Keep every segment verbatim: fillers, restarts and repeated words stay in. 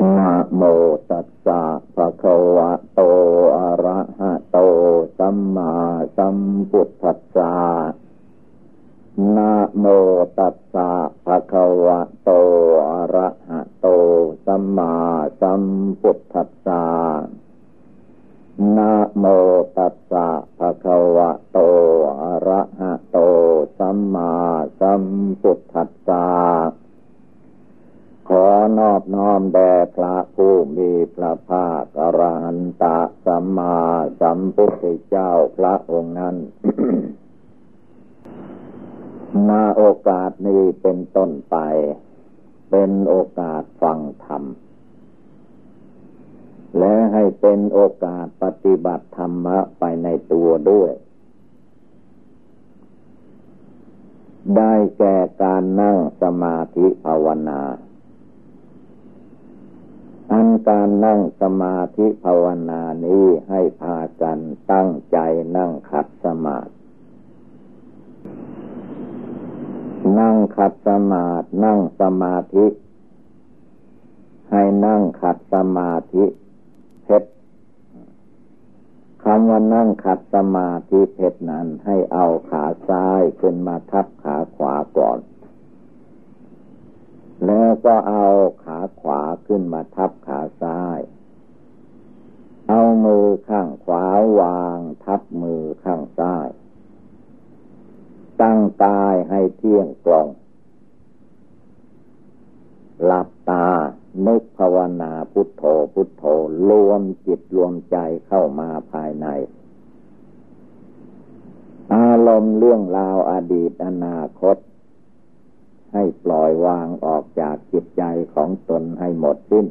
นะโมตัสสะภะคะวะโตอะระหะโตสัมมาสัมพุทธัสสะนะโมตัสสะภะคะวะโตอะระหะโตสัมมาสัมพุทธัสสะนะโมตัสสะภะคะวะโตอะระหะโตสัมมาสัมพุทธัสสะขอนอบน้อมแด่พระผู้มีพระภาคอรหันตสัมมาสัมพุทธเจ้าพระองค์นั้น ณ โอกาสนี้เป็นต้นไปเป็นโอกาสฟังธรรมและให้เป็นโอกาสปฏิบัติธรรมะไปในตัวด้วยได้แก่การนั่งสมาธิภาวนาอันการนั่งสมาธิภาวนานี้ให้พากันตั้งใจนั่งขัดสมาธินั่งขัดสมาธินั่งสมาธิให้นั่งขัดสมาธิเพชรคำว่านั่งขัดสมาธิเพชรนั้นให้เอาขาซ้ายขึ้นมาทับขาขวาก่อนแล้วก็เอาขาขวาขึ้นมาทับขาซ้ายเอามือข้างขวาวางทับมือข้างซ้ายตั้งกายให้เที่ยงตรงหลับตานึกภาวนาพุทโธพุทโธรวมจิตรวมใจเข้ามาภายในอารมณ์เรื่องราวอดีตอนาคตให้ปล่อยวางออกจากจิตใจของตนให้หมดสิ้น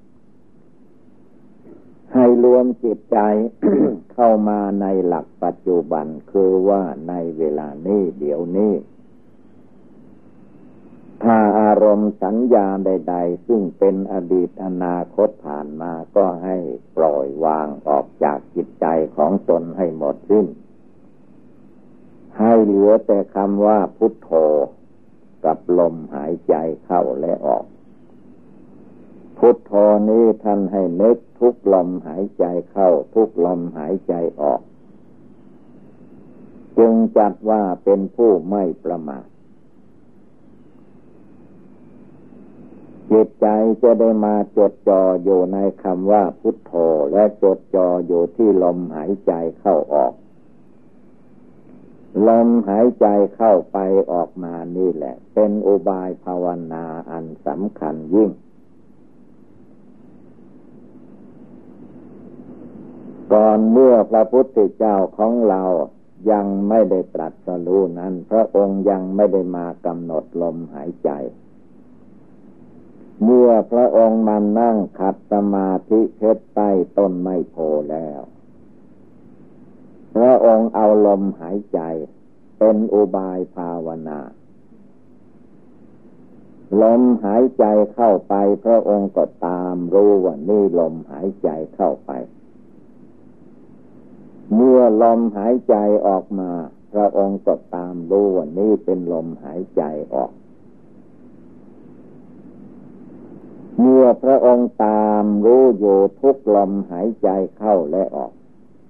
ให้รวมจิตใจ เข้ามาในหลักปัจจุบันคือว่าในเวลานี้เดี๋ยวนี้ถ้าอารมณ์สัญญาใดๆซึ่งเป็นอดีตอนาคตผ่านมาก็ให้ปล่อยวางออกจากจิตใจของตนให้หมดสิ้นให้เหลือแต่คำว่าพุทโธกับลมหายใจเข้าและออกพุทโธนี้ท่านให้นึกทุกลมหายใจเข้าทุกลมหายใจออกจึงจัดว่าเป็นผู้ไม่ประมาทจิตใจจะได้มาจดจ่ออยู่ในคำว่าพุทโธและจดจ่ออยู่ที่ลมหายใจเข้าออกลมหายใจเข้าไปออกมานี่แหละเป็นอุบายภาวนาอันสำคัญยิ่งก่อนเมื่อพระพุทธเจ้าของเรายังไม่ได้ตรัสรู้นั้นพระองค์ยังไม่ได้มากำหนดลมหายใจเมื่อพระองค์มานั่งขัดสมาธิเพชรใต้ต้นไม้โพแล้วพระองค์เอาลมหายใจเป็นอุบายภาวนาลมหายใจเข้าไปพระองค์ก็ตามรู้ว่านี่ลมหายใจเข้าไปเมื่อลมหายใจออกมาพระองค์ก็ตามรู้ว่านี่เป็นลมหายใจออกเมื่อพระองค์ตามรู้อยู่ทุกลมหายใจเข้าและออก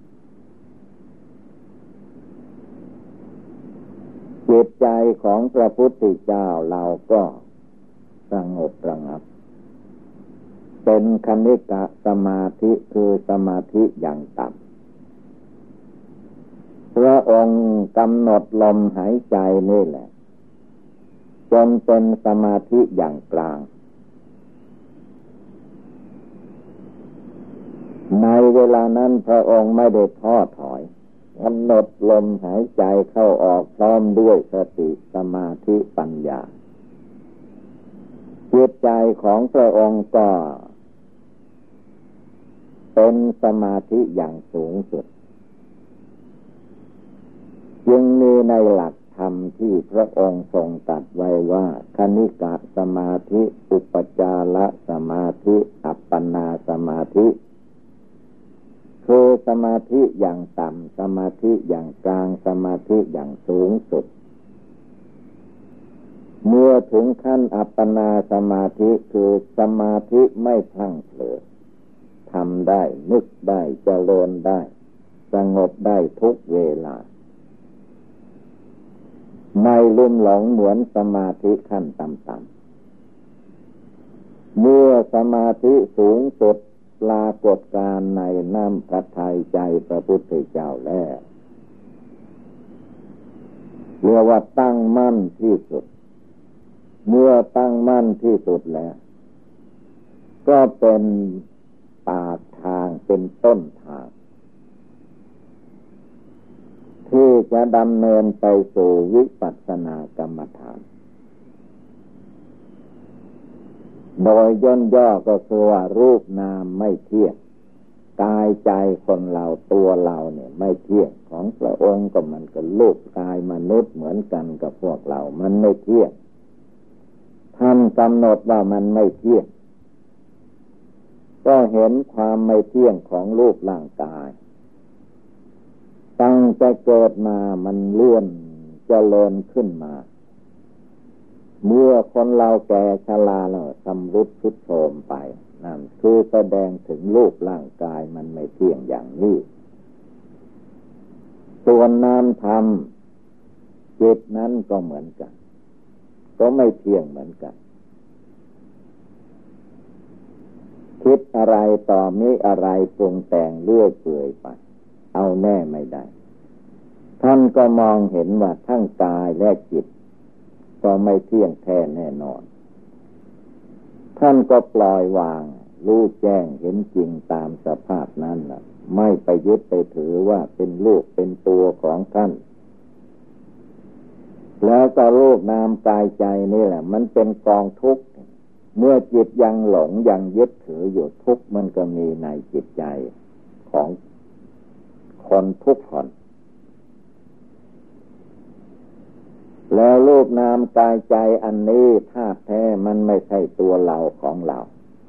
จิตใจของพระพุทธเจ้าเราก็สงบระงับเป็นคณิกะสมาธิคือสมาธิอย่างต่ำพระองค์กำหนดลมหายใจนี่แหละจนเป็นสมาธิอย่างกลางในเวลานั้นพระองค์ไม่ได้ท้อถอยกำหนดลมหายใจเข้าออกพร้อมด้วยสติสมาธิปัญญาจิตใจของพระองค์ก็เป็นสมาธิอย่างสูงสุดจึงมีในหลักธรรมที่พระองค์ทรงตรัสไว้ว่าคณิกะสมาธิอุปจารสมาธิอัปปนาสมาธิคือสมาธิอย่างต่ำสมาธิอย่างกลางสมาธิอย่างสูงสุดเมื่อถึงขั้นอัปปนาสมาธิคือสมาธิไม่พลั้งเผลอทำได้นึกได้เจริญได้สงบได้ทุกเวลาไม่ลุ่มหลงเหมือนสมาธิขั้นต่ำๆเมื่อสมาธิสูงสุดปรากฏการในน้ำพระทัยใจพระพุทธเจ้าแล้วเรียกว่าตั้งมั่นที่สุดเมื่อตั้งมั่นที่สุดแล้วก็เป็นปากทางเป็นต้นทางที่จะดำเนินไปสู่วิปัสสนากรรมฐานโดยย่นย่อก็คือว่ารูปนามไม่เที่ยงกายใจคนเราตัวเราเนี่ยไม่เที่ยงของพระองค์ก็มันก็รูปกายมนุษย์เหมือนกันกับพวกเรามันไม่เที่ยงท่านกำหนดว่ามันไม่เที่ยงก็เห็นความไม่เที่ยงของรูปร่างกายตั้งแต่เกิดมามันเลื่อนเจริญขึ้นมาเมื่อคนเราแก่ชราแล้วชำรุดทรุดโทรมไปนั่นคือแสดงถึงรูปร่างกายมันไม่เที่ยงอย่างนี้ส่วนนามธรรมจิตนั้นก็เหมือนกันก็ไม่เที่ยงเหมือนกันคิดอะไรต่อมีอะไรปรุงแต่งเลื่อยเปื่อยไปเอาแน่ไม่ได้ท่านก็มองเห็นว่าทั้งกายและจิตก็ไม่เที่ยงแท้แน่นอนท่านก็ปล่อยวางรู้แจ้งเห็นจริงตามสภาพนั้นน่ะไม่ไปยึดไปถือว่าเป็นรูปเป็นตัวของท่านแล้วก็รูปนามกายใจนี่แหละมันเป็นกองทุกข์เมื่อจิตยังหลงยังยึดถืออยู่ทุกข์มันก็มีในจิตใจของคนทุกคนแล้วรูปนามกายใจอันนี้ธาตุแท้มันไม่ใช่ตัวเราของเรา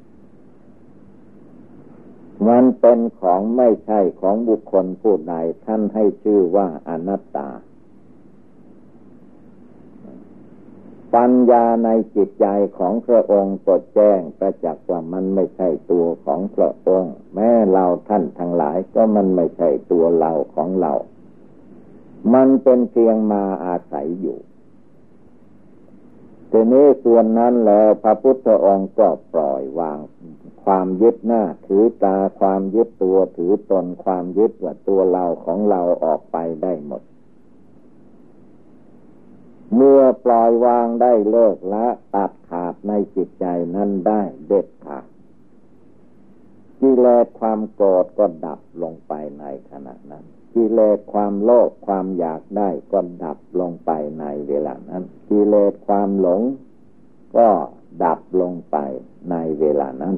มันเป็นของไม่ใช่ของบุคคลผู้ใดท่านให้ชื่อว่าอนัตตาปัญญาในจิตใจของพระองค์ก็แจ้งประจักษ์ว่ามันไม่ใช่ตัวของพระองค์แม้เราท่านทั้งหลายก็มันไม่ใช่ตัวเราของเรามันเป็นเพียงมาอาศัยอยู่ทีนี้ส่วนนั้นแล้วพระพุทธองค์ก็ปล่อยวางความยึดหน้าถือตาความยึดตัวถือตนความยึดว่าตัวเราของเราออกไปได้หมดเมื่อปล่อยวางได้เลิกละตัดขาดในจิตใจนั้นได้เด็ดขาดกิเลสความโกรธก็ดับลงไปในขณะนั้นกิเลสความโลภความอยากได้ก็ดับลงไปในเวลานั้นกิเลสความหลงก็ดับลงไปในเวลานั้น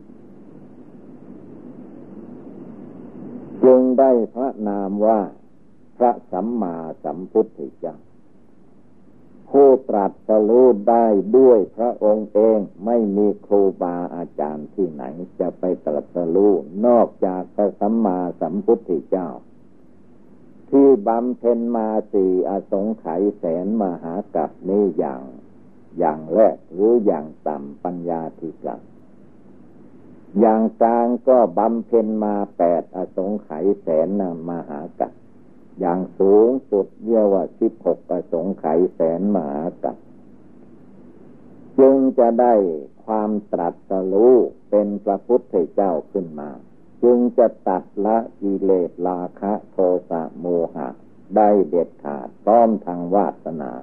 จึงได้พระนามว่าพระสัมมาสัมพุทธเจ้าผู้ตรัสรู้ได้ด้วยพระองค์เองไม่มีครูบาอาจารย์ที่ไหนจะไปตรัสรู้นอกจากพระสัมมาสัมพุทธเจ้าที่บำเพ็ญมาสี่อสงไขยแสนมหากัปนี้อย่างอย่างแรกหรืออย่างต่ำปัญญาธิกัปอย่างกลางก็บำเพ็ญมาแปดอสงไขยแสนมหากัปอย่างสูงสุดเรียกว่าสิบหกอสงไขยแสนมหากัปจึงจะได้ความตรัสรู้เป็นพระพุทธเจ้าขึ้นมาจึงจะตัดละกิเลสราคะโทสะโมหะได้เด็ดขาดพร้อมทางวาสนา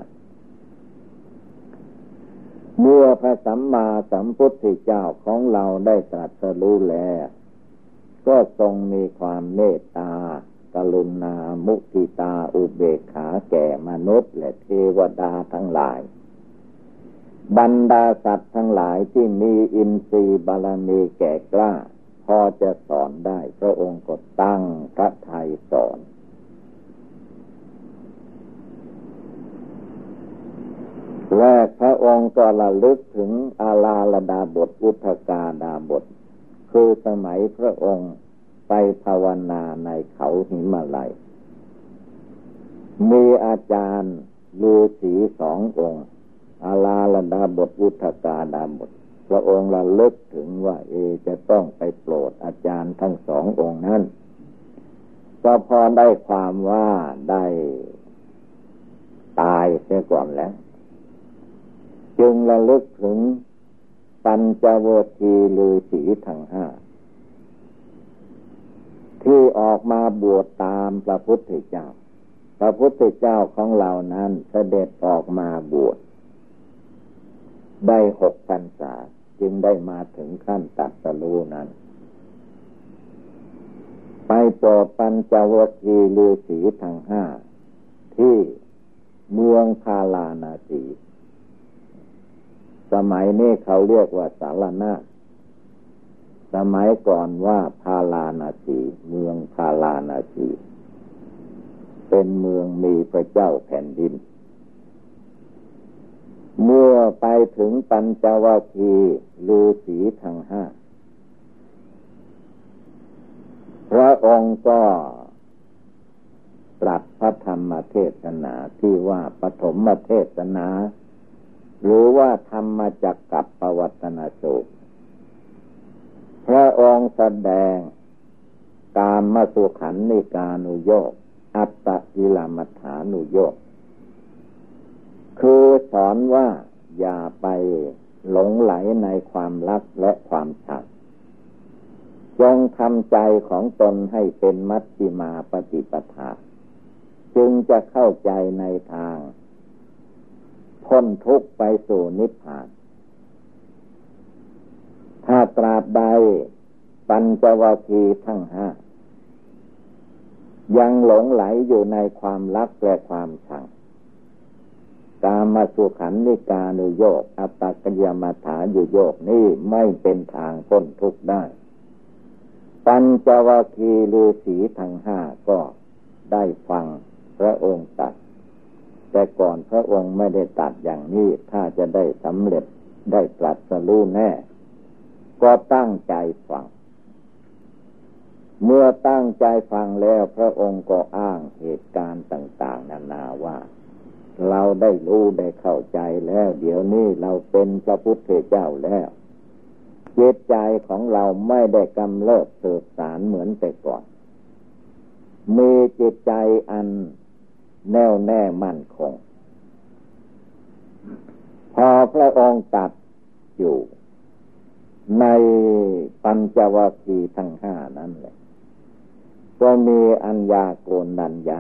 เมื่อพระสัมมาสัมพุทธเจ้าของเราได้ตรัสรู้แล้วก็ทรงมีความเมตตากรุณามุทิตาอุเบกขาแก่มนุษย์และเทวดาทั้งหลายบรรดาสัตว์ทั้งหลายที่มีอินทรีย์บารมีแก่กล้าพอจะสอนได้พระองค์ก็ตั้งพระทัยสอนและพระองค์ก็ระลึกถึงอาลาลดาบทอุทกาดาบทคือสมัยพระองค์ไปภาวนาในเขาหิมาลัยมีอาจารย์ฤาษีสององค์อาลาลดาบทอุทกาดาบทพระองค์ระลึกถึงว่าเอจะต้องไปโปรดอาจารย์ทั้งสององค์นั้นก็พอได้ความว่าได้ตายเสียก่อนแล้วจึงระลึกถึงปัญจโวคีฤาษีทั้งห้าที่ออกมาบวชตามพระพุทธเจ้าพระพุทธเจ้าของเรานั้นเสด็จออกมาบวชได้หกพรรษาจึงได้มาถึงขั้นตรัสรู้นั้นไปโปรดปัญจวัคคีย์ฤาษีทั้งห้าที่เมืองพาราณสีสมัยนี้เขาเรียกว่าสารนาถสมัยก่อนว่าพาราณสีเมืองพาราณสีเป็นเมืองมีพระเจ้าแผ่นดินเมื่อไปถึงปัญจวัคคีย์ฤาษีทั้งห้าพระองค์ก็ตรัสพระธรรมเทศนาที่ว่าปฐมเทศนาหรือว่าธรรมจักกัปปวัตตนสูตรพระองค์แสดงกามสุขันนิกานุโยคอัตตกิลมัฏฐานุโยคคือสอนว่าอย่าไปหลงไหลในความรักและความชังจงทำใจของตนให้เป็นมัชฌิมาปฏิปทาจึงจะเข้าใจในทางพ้นทุกข์ไปสู่นิพพานถ้าตราบใดปัญจวัคคีย์ทั้งห้ายังหลงไหลอยู่ในความรักและความชังกามสุขันนิกานุโยคอัตตกิลมัฏฐานุโยคนี่ไม่เป็นทางพ้นทุกข์ได้ปัญจวัคคีย์ฤาษีทั้งห้าก็ได้ฟังพระองค์ตรัสแต่ก่อนพระองค์ไม่ได้ตรัสอย่างนี้ถ้าจะได้สำเร็จได้ตรัสรู้แน่ก็ตั้งใจฟังเมื่อตั้งใจฟังแล้วพระองค์ก็อ้างเหตุการณ์ต่างๆนานาว่าเราได้รู้ได้เข้าใจแล้วเดี๋ยวนี้เราเป็นพระพุทธเจ้าแล้วจิตใจของเราไม่ได้กำเริบเสบสารเหมือนแต่ก่อนมีจิตใจอันแน่วแน่มั่นคงพอพระองค์ตรัสอยู่ในปัญจวัคคีย์ทั้งห้านั้นเลยก็มีอัญญาโกณัญญะ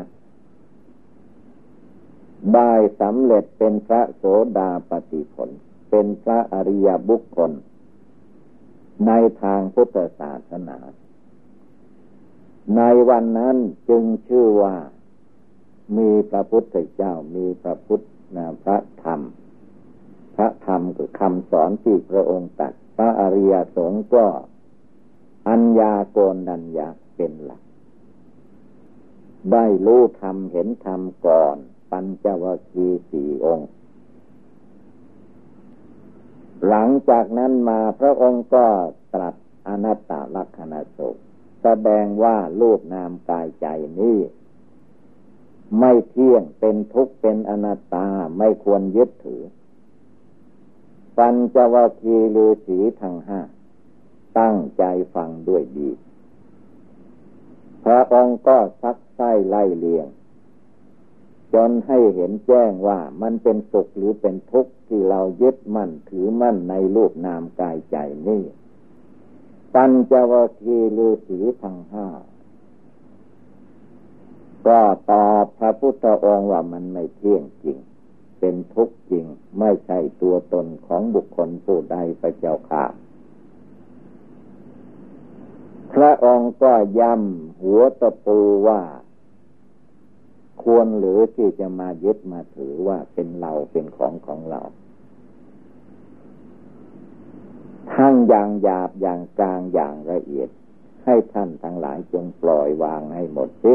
ได้สำเร็จเป็นพระโสดาปัตติผลเป็นพระอริยบุคคลในทางพุทธศาสนาในวันนั้นจึงชื่อว่ามีพระพุทธเจ้ามีพระพุทธพระธรรมพระธรรมคือคำสอนที่พระองค์ตรัสพระอริยสงฆ์ก็อัญญาโกณัญญะเป็นหลักได้รู้ธรรมเห็นธรรมก่อนปัญจวัคคีย์สี่องค์หลังจากนั้นมาพระองค์ก็ตรัสอนัตตลักขณสูตรแสดงว่ารูปนามกายใจนี้ไม่เที่ยงเป็นทุกข์เป็นอนัตตาไม่ควรยึดถือปัญจวัคคีย์ฤาษีทั้งห้าตั้งใจฟังด้วยดีพระองค์ก็ซักไซ้ไล่เลียงจนให้เห็นแจ้งว่ามันเป็นสุขหรือเป็นทุกข์ที่เรายึดมั่นถือมั่นในรูปนามกายใจนี่ปัญจวัคคีย์ฤาษีทั้งห้าก็ตอบพระพุทธองค์ว่ามันไม่เที่ยงจริงเป็นทุกข์จริงไม่ใช่ตัวตนของบุคคลผู้ใดพระเจ้าค่ะพระองค์ก็ย้ำหัวตะปูว่าควรหรือที่จะมายึดมาถือว่าเป็นเราเป็นของของเราทั้งอย่างหยาบอย่างกลางอย่างละเอียดให้ท่านทั้งหลายจงปล่อยวางให้หมดสิ้น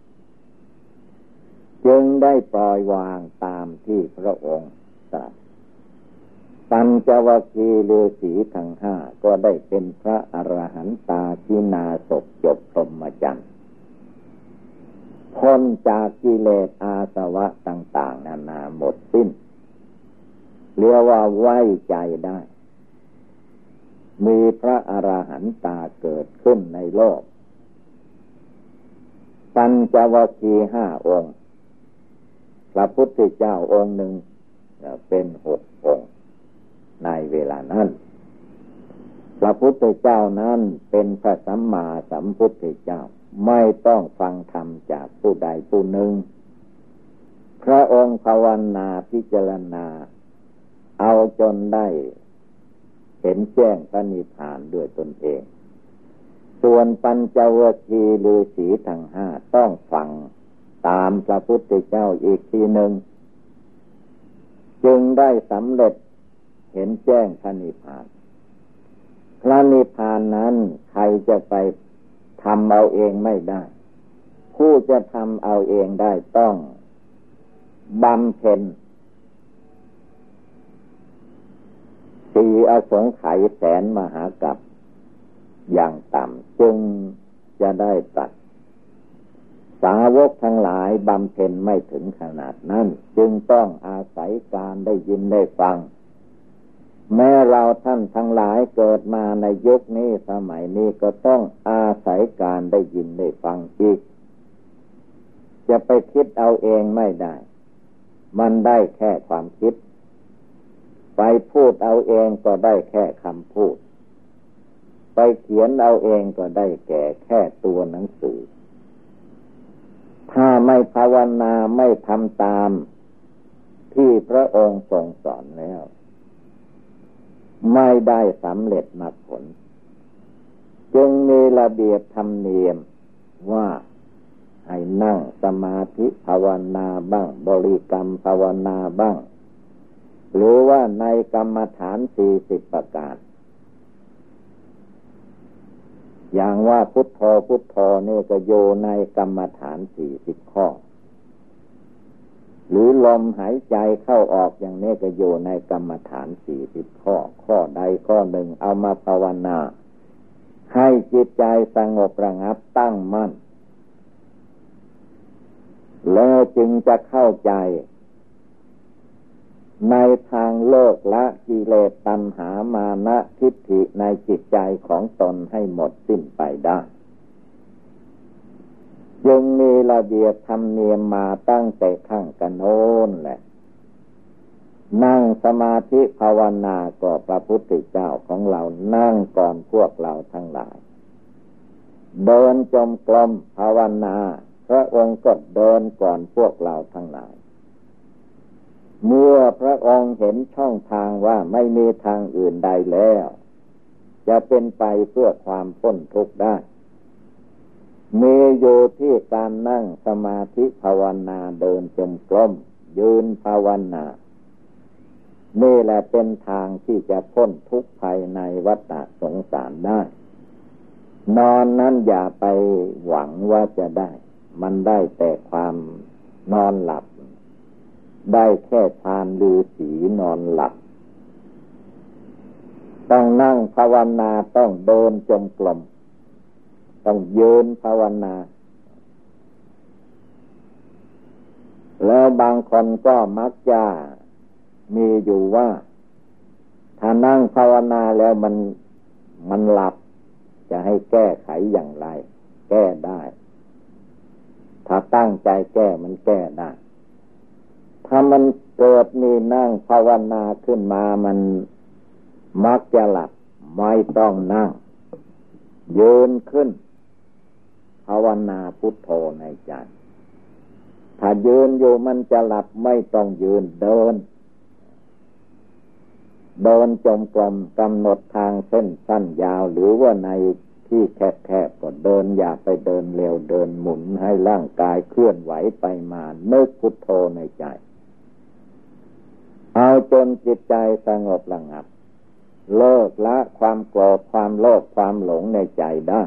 จึงได้ปล่อยวางตามที่พระองค์ตรัสปัญจวัคคีย์ฤาษีทั้งห้าก็ได้เป็นพระอรหันตาชินาศจบพรหมจรรย์พ้นจากกิเลสอาสวะต่างๆนานาหมดสิ้นเรียกว่าไว้ใจได้มีพระอรหันตาเกิดขึ้นในโลกปัญจวัคคีย์ห้าองค์พระพุทธเจ้าองค์หนึ่งเป็นหกองค์ในเวลานั้นพระพุทธเจ้านั้นเป็นพระสัมมาสัมพุทธเจ้าไม่ต้องฟังธรรมจากผู้ใดผู้หนึ่งพระองค์ภาวนาพิจารณาเอาจนได้เห็นแจ้งพระนิพพานด้วยตนเองส่วนปัญจวัคคีย์ฤาษีทั้งห้าต้องฟังตามพระพุทธเจ้าอีกทีหนึ่งจึงได้สำเร็จเห็นแจ้งพระนิพพานพระนิพพานนั้นใครจะไปทำเอาเองไม่ได้ผู้จะทำเอาเองได้ต้องบำเพ็ญสี่อสงไขยแสนมหากัปอย่างต่ำจึงจะได้ตัดสาวกทั้งหลายบำเพ็ญไม่ถึงขนาดนั้นจึงต้องอาศัยการได้ยินได้ฟังแม้เราท่านทั้งหลายเกิดมาในยุคนี้สมัยนี้ก็ต้องอาศัยการได้ยินได้ฟังอีกจะไปคิดเอาเองไม่ได้มันได้แค่ความคิดไปพูดเอาเองก็ได้แค่คำพูดไปเขียนเอาเองก็ได้แก่แค่ตัวหนังสือถ้าไม่ภาวนาไม่ทำตามที่พระองค์ทรงสอนแล้วไม่ได้สำเร็จมรรคผลจึงมีระเบียบธรรมเนียมว่าให้นั่งสมาธิภาวนาบ้างบริกรรมภาวนาบ้างหรือว่าในกรรมฐานสี่สิบประการอย่างว่าพุทโธพุทโธนี่ก็โยในกรรมฐานสี่สิบข้อหรือลมหายใจเข้าออกอย่างนี้ก็โยในกรรมฐานสี่สิบข้อข้อใดข้อหนึ่งเอามาภาวนาให้จิตใจสงบระงับตั้งมั่นแล้วจึงจะเข้าใจในทางโลกละกิเลสตัณหามานะทิฏฐิในจิตใจของตนให้หมดสิ้นไปได้จึงมีระเบียบธรรมเนียมมาตั้งแต่ข้างกันโน้นแหละนั่งสมาธิภาวนาก็พระพุทธเจ้าของเรานั่งก่อนพวกเราทั้งหลายเดินจมกรมภาวนาพระองค์ก็เดินก่อนพวกเราทั้งหลายเมื่อพระองค์เห็นช่องทางว่าไม่มีทางอื่นใดแล้วจะเป็นไปเพื่อความพ้นทุกข์ได้มีอยู่ที่การนั่งสมาธิภาวนาเดินจมกรมยืนภาวนานี่แหละเป็นทางที่จะพ้นทุกข์ภายในวัฏสงสารได้นอนนั้นอย่าไปหวังว่าจะได้มันได้แต่ความนอนหลับได้แค่ฌานฤาษีนอนหลับต้องนั่งภาวนาต้องเดินจงกรมต้องยืนภาวนาแล้วบางคนก็มักจะมีอยู่ว่าถ้านั่งภาวนาแล้วมันมันหลับจะให้แก้ไขอย่างไรแก้ได้ถ้าตั้งใจแก้มันแก้ได้ถ้ามันเกิดมีนั่งภาวนาขึ้นมามันมักจะหลับไม่ต้องนั่งยืนขึ้นภาวนาพุทโธในใจถ้ายืนอยู่มันจะหลับไม่ต้องยืนเดินเดินจงกรมกำหนดทางเส้นสั้นยาวหรือว่าในที่แคบๆก็เดินอย่าไปเดินเร็วเดินหมุนให้ร่างกายเคลื่อนไหวไปมานึกพุทโธในใจเอาจนจิตใจสงบระงับเลิกละความโกรธความโลภความหลงในใจได้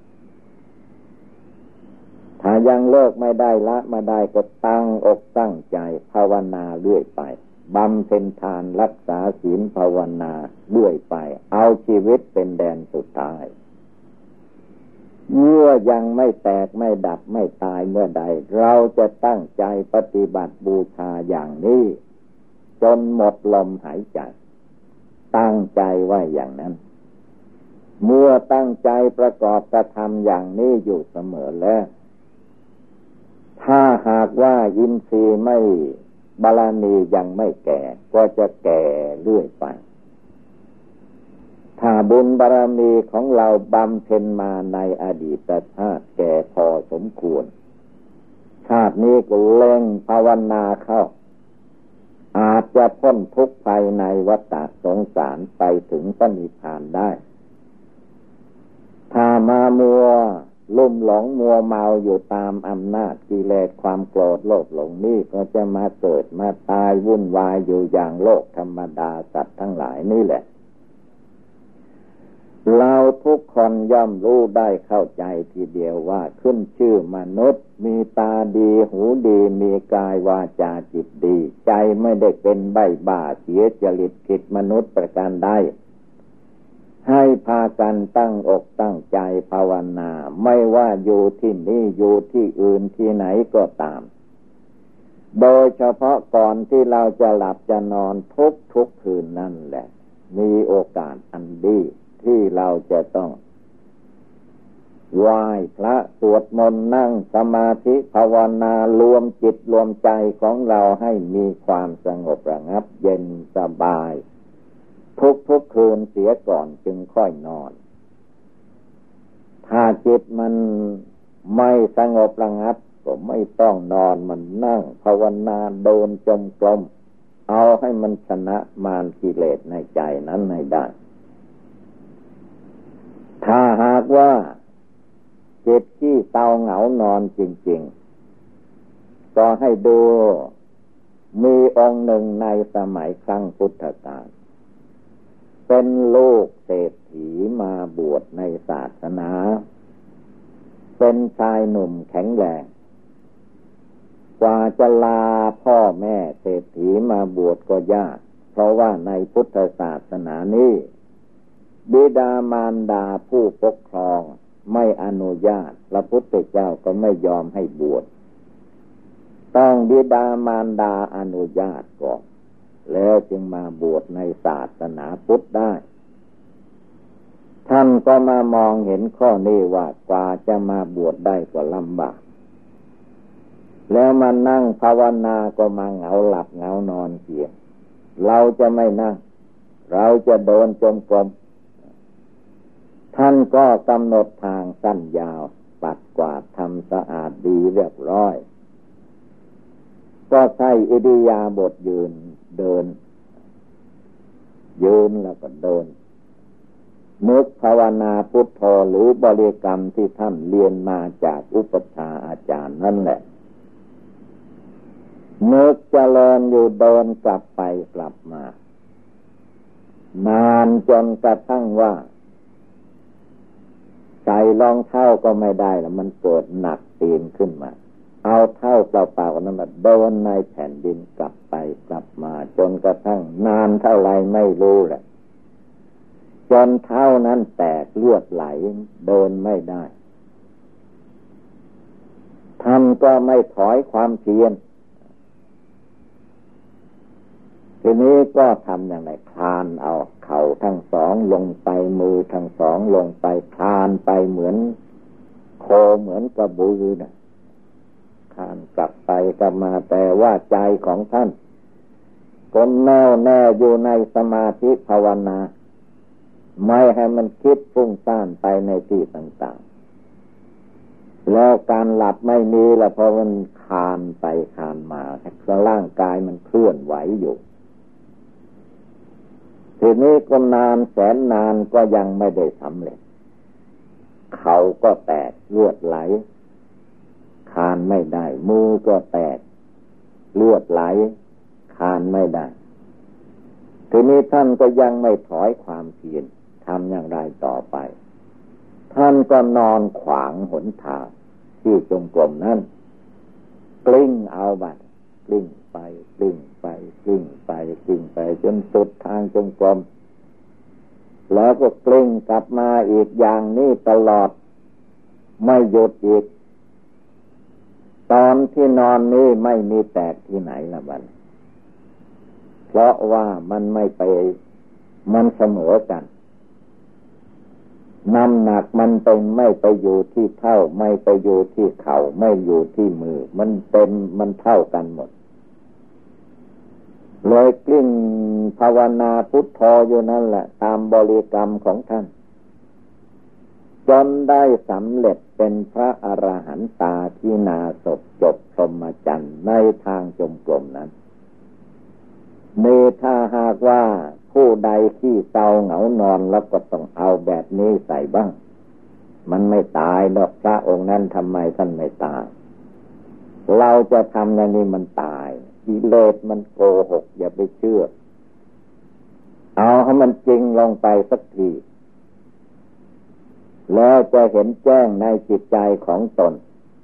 ถ้ายังเลิกไม่ได้ละไม่ได้ก็ตั้งอกตั้งใจภาวนาเรื่อยไปบำเพ็ญทานรักษาศีลภาวนาเรื่อยไปเอาชีวิตเป็นแดนสุดท้ายเมื่อยังไม่แตกไม่ดับไม่ตายเมื่อใดเราจะตั้งใจปฏิบัติบูชาอย่างนี้จนหมดลมหายใจตั้งใจไว้อย่างนั้นเมื่อตั้งใจประกอบกระทำอย่างนี้อยู่เสมอแล้วถ้าหากว่าอินทรีย์ไม่บารมียังไม่แก่ก็จะแก่เรื่อยไปถ้าบุญบารมีของเราบำเพ็ญมาในอดีตชาติแก่พอสมควรชาตินี้ก็เล่งภาวนาเข้าอาจจะพ้นทุกข์ภายในวัฏสงสารไปถึงพระนิพพานได้ถ้ามามัวลุ่มหลงมัวเมาอยู่ตามอำนาจกิเลสความโกรธโลภหลงนี่ก็จะมาเกิดมาตายวุ่นวายอยู่อย่างโลกธรรมดาสัตว์ทั้งหลายนี่แหละเราทุกคนย่อมรู้ได้เข้าใจทีเดียวว่าขึ้นชื่อมนุษย์มีตาดีหูดีมีกายวาจาจิตดีใจไม่ได้เป็นใบ้บ้าเสียจริตผิดมนุษย์ประการใดให้พากันตั้งอกตั้งใจภาวนาไม่ว่าอยู่ที่นี่อยู่ที่อื่นที่ไหนก็ตามโดยเฉพาะก่อนที่เราจะหลับจะนอนทุกทุกคืนนั่นแหละมีโอกาสอันดีที่เราจะต้องไหว้พระสวดมนต์นั่งสมาธิภาวนารวมจิตรวมใจของเราให้มีความสงบระงับเย็นสบายทุกทุกคืนเสียก่อนจึงค่อยนอนถ้าจิตมันไม่สงบระงับก็ไม่ต้องนอนมันนั่งภาวนาเดินจงกรมเอาให้มันชนะมารกิเลสในใจนั้นให้ได้ถ้าหากว่าจิตที่เศร้าเหงานอนจริงๆก็ให้ดูมีองค์หนึ่งในสมัยครั้งพุทธกาลเป็นลูกเศรษฐีมาบวชในศาสนาเป็นชายหนุ่มแข็งแรงกว่าจะลาพ่อแม่เศรษฐีมาบวชก็ยากเพราะว่าในพุทธศาสนานี้บิดามารดาผู้ปกครองไม่อนุญาตพระพุทธเจ้าก็ไม่ยอมให้บวชต้องบิดามารดาอนุญาตก่อนแล้วจึงมาบวชในศาสนาพุทธได้ท่านก็มามองเห็นข้อนี้ว่ากว่าจะมาบวชได้ก็ลำบากแล้วมานั่งภาวนาก็มาเหงาหลับเหงานอนเสียเราจะไม่นั่งเราจะเดินจงกรมท่านก็กำหนดทางสั้นยาวปัดกวาดทำสะอาดดีเรียบร้อยก็ใช้อิริยาบถยืนเดินยืนแล้วก็เดินนึกภาวนาพุทโธหรือบริกรรมที่ท่านเรียนมาจากอุปัชฌาย์อาจารย์นั่นแหละนึกเจริญอยู่เดินกลับไปกลับมานานจนกระทั่งว่าใส่รองเท้าก็ไม่ได้แล้วมันเกิดหนักตีนขึ้นมาเอาเท้าเปล่าๆนั้นมาเดินในแผ่นดินกลับไปกลับมาจนกระทั่งนานเท่าไรไม่รู้แหละจนเท้านั้นแตกเลือดไหลเดินไม่ได้ท่านก็ไม่ถอยความเพียรทีนี้ก็ทำอย่างไรคลานเอาเข่าทั้งสองลงไปมือทั้งสองลงไปคลานไปเหมือนโคเหมือนกระบือนะคลานกลับไปกลับมาแต่ว่าใจของท่านก็แน่วแน่อยู่ในสมาธิภาวนาไม่ให้มันคิดฟุ้งซ่านไปในที่ต่างๆแล้วการหลับไม่มีแล้วเพราะมันคลานไปคลานมาร่างกายมันเคลื่อนไหวอยู่ทีนี้ก็นานแสนนานก็ยังไม่ได้สำเร็จเขาก็แตกเลือดไหลคลานไม่ได้มือก็แตกเลือดไหลคลานไม่ได้ทีนี้ท่านก็ยังไม่ถอยความเพียรทำอย่างไรต่อไปท่านก็นอนขวางหนทางที่จงกรมนั้นกลิ้งเอาบัดกลิ้งไปกลิ้งไปกลิ้งไปกลิ้งไปจนสุดทางจงกรมแล้วก็กลิ้งกลับมาอีกอย่างนี้ตลอดไม่หยุดอีกตอนที่นอนนี้ไม่มีแตกที่ไหนละบัดเพราะว่ามันไม่ไปมันเสมอกันน้ำหนักมันเป็นไม่ไปอยู่ที่เท่าไม่ไปอยู่ที่เข่าไม่อยู่ที่มือมันเป็นมันเท่ากันหมดเลยกลิ้งภาวนาพุทโธอยู่นั่นแหละตามบริกรรมของท่านจนได้สำเร็จเป็นพระอรหันตาที่นาศจบพรหมจรรย์ในทางจงกรมนั้นเมถ้าหากว่าผู้ใดขี้เศร้าเหงานอนแล้วก็ต้องเอาแบบนี้ใส่บ้างมันไม่ตายดอกพระองค์นั้นทำไมท่านไม่ตายเราจะทำอย่างนี้มันตายกิเลสมันโกหกอย่าไปเชื่อเอาให้มันจริงลงไปสักทีแล้วจะเห็นแจ้งในจิตใจของตน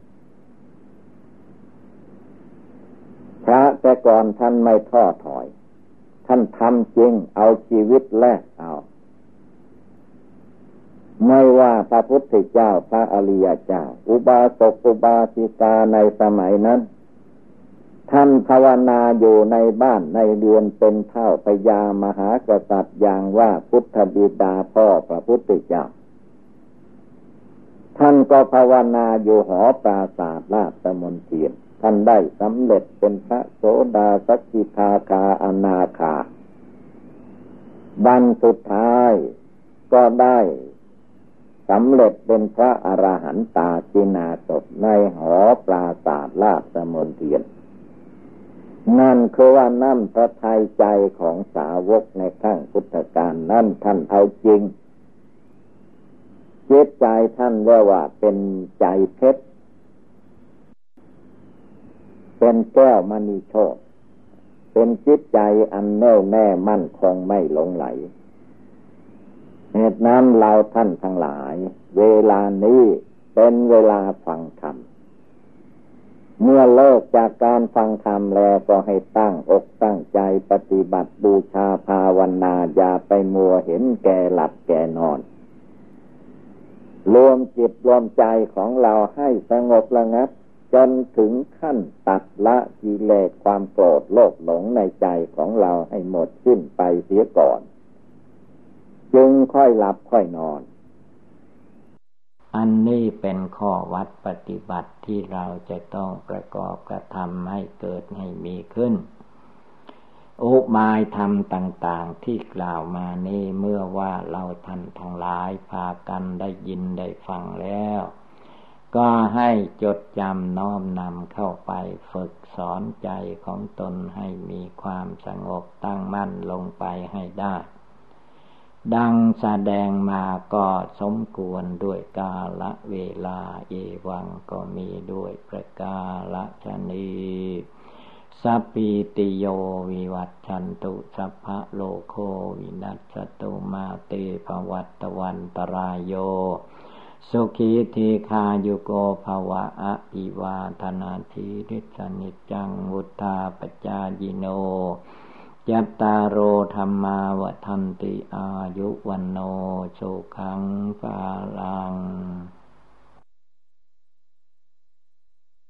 พระแต่ก่อนท่านไม่ท้อถอยท่านทำจริงเอาชีวิตแลกเอาไม่ว่าพระพุทธเจ้าพระอริยเจ้าอุบาสกอุบาสิกาในสมัยนั้นท่านภาวนาอยู่ในบ้านในเรือนเป็นเท่าพญามหากษัตริย์อย่างว่าพุทธบิดาพ่อพระพุทธเจ้าท่านก็ภาวนาอยู่หอปราสาทลาภมนเทียนท่านได้สำเร็จเป็นพระโสดาสกิทาคาอนาคาบันสุดท้ายก็ได้สำเร็จเป็นพระอรหันตาจินาศในหอปราสาทลาภมนเทียนนั่นคือว่าน้ำพระทัยใจของสาวกในขั้งพุทธกาลนั่นท่านเอาจริงจิตใจท่านเรียกว่าเป็นใจเพชรเป็นแก้วมณีโชติเป็นจิตใจอันแน่วแน่มั่นคงไม่หลงไหลเหตุนั้นเราท่านทั้งหลายเวลานี้เป็นเวลาฟังธรรมเมื่อเลิกจากการฟังธรรมแล้วก็ให้ตั้งอกตั้งใจปฏิบัติบูชาภาวนาอย่าไปมัวเห็นแก่หลับแก่นอนรวมจิตรวมใจของเราให้สงบระงับจนถึงขั้นตัดละกิเลสความโกรธโลภหลงในใจของเราให้หมดสิ้นไปเสียก่อนจึงค่อยหลับค่อยนอนอันนี้เป็นข้อวัดปฏิบัติที่เราจะต้องประกอบกระทำให้เกิดให้มีขึ้นอุบายธรรมต่างๆที่กล่าวมานี้เมื่อว่าเราท่านทั้งหลายพากันได้ยินได้ฟังแล้วก็ให้จดจำน้อมนำเข้าไปฝึกสอนใจของตนให้มีความสงบตั้งมั่นลงไปให้ได้ดังแสดงมาก็สมควรด้วยกาลเวลาเอวังก็มีด้วยประกาศนี้สัพพิติโยวิวัชชันตุสัพพะโลกโควินัสสตุมาเตภวัตวันตรายโยสุขีทีคายุโกภวะอภิวาทนาทีริสนิจังวุธาปจายิโนยัตตาโรธรรมาวทันติอายุวันโนสุขังภาลัง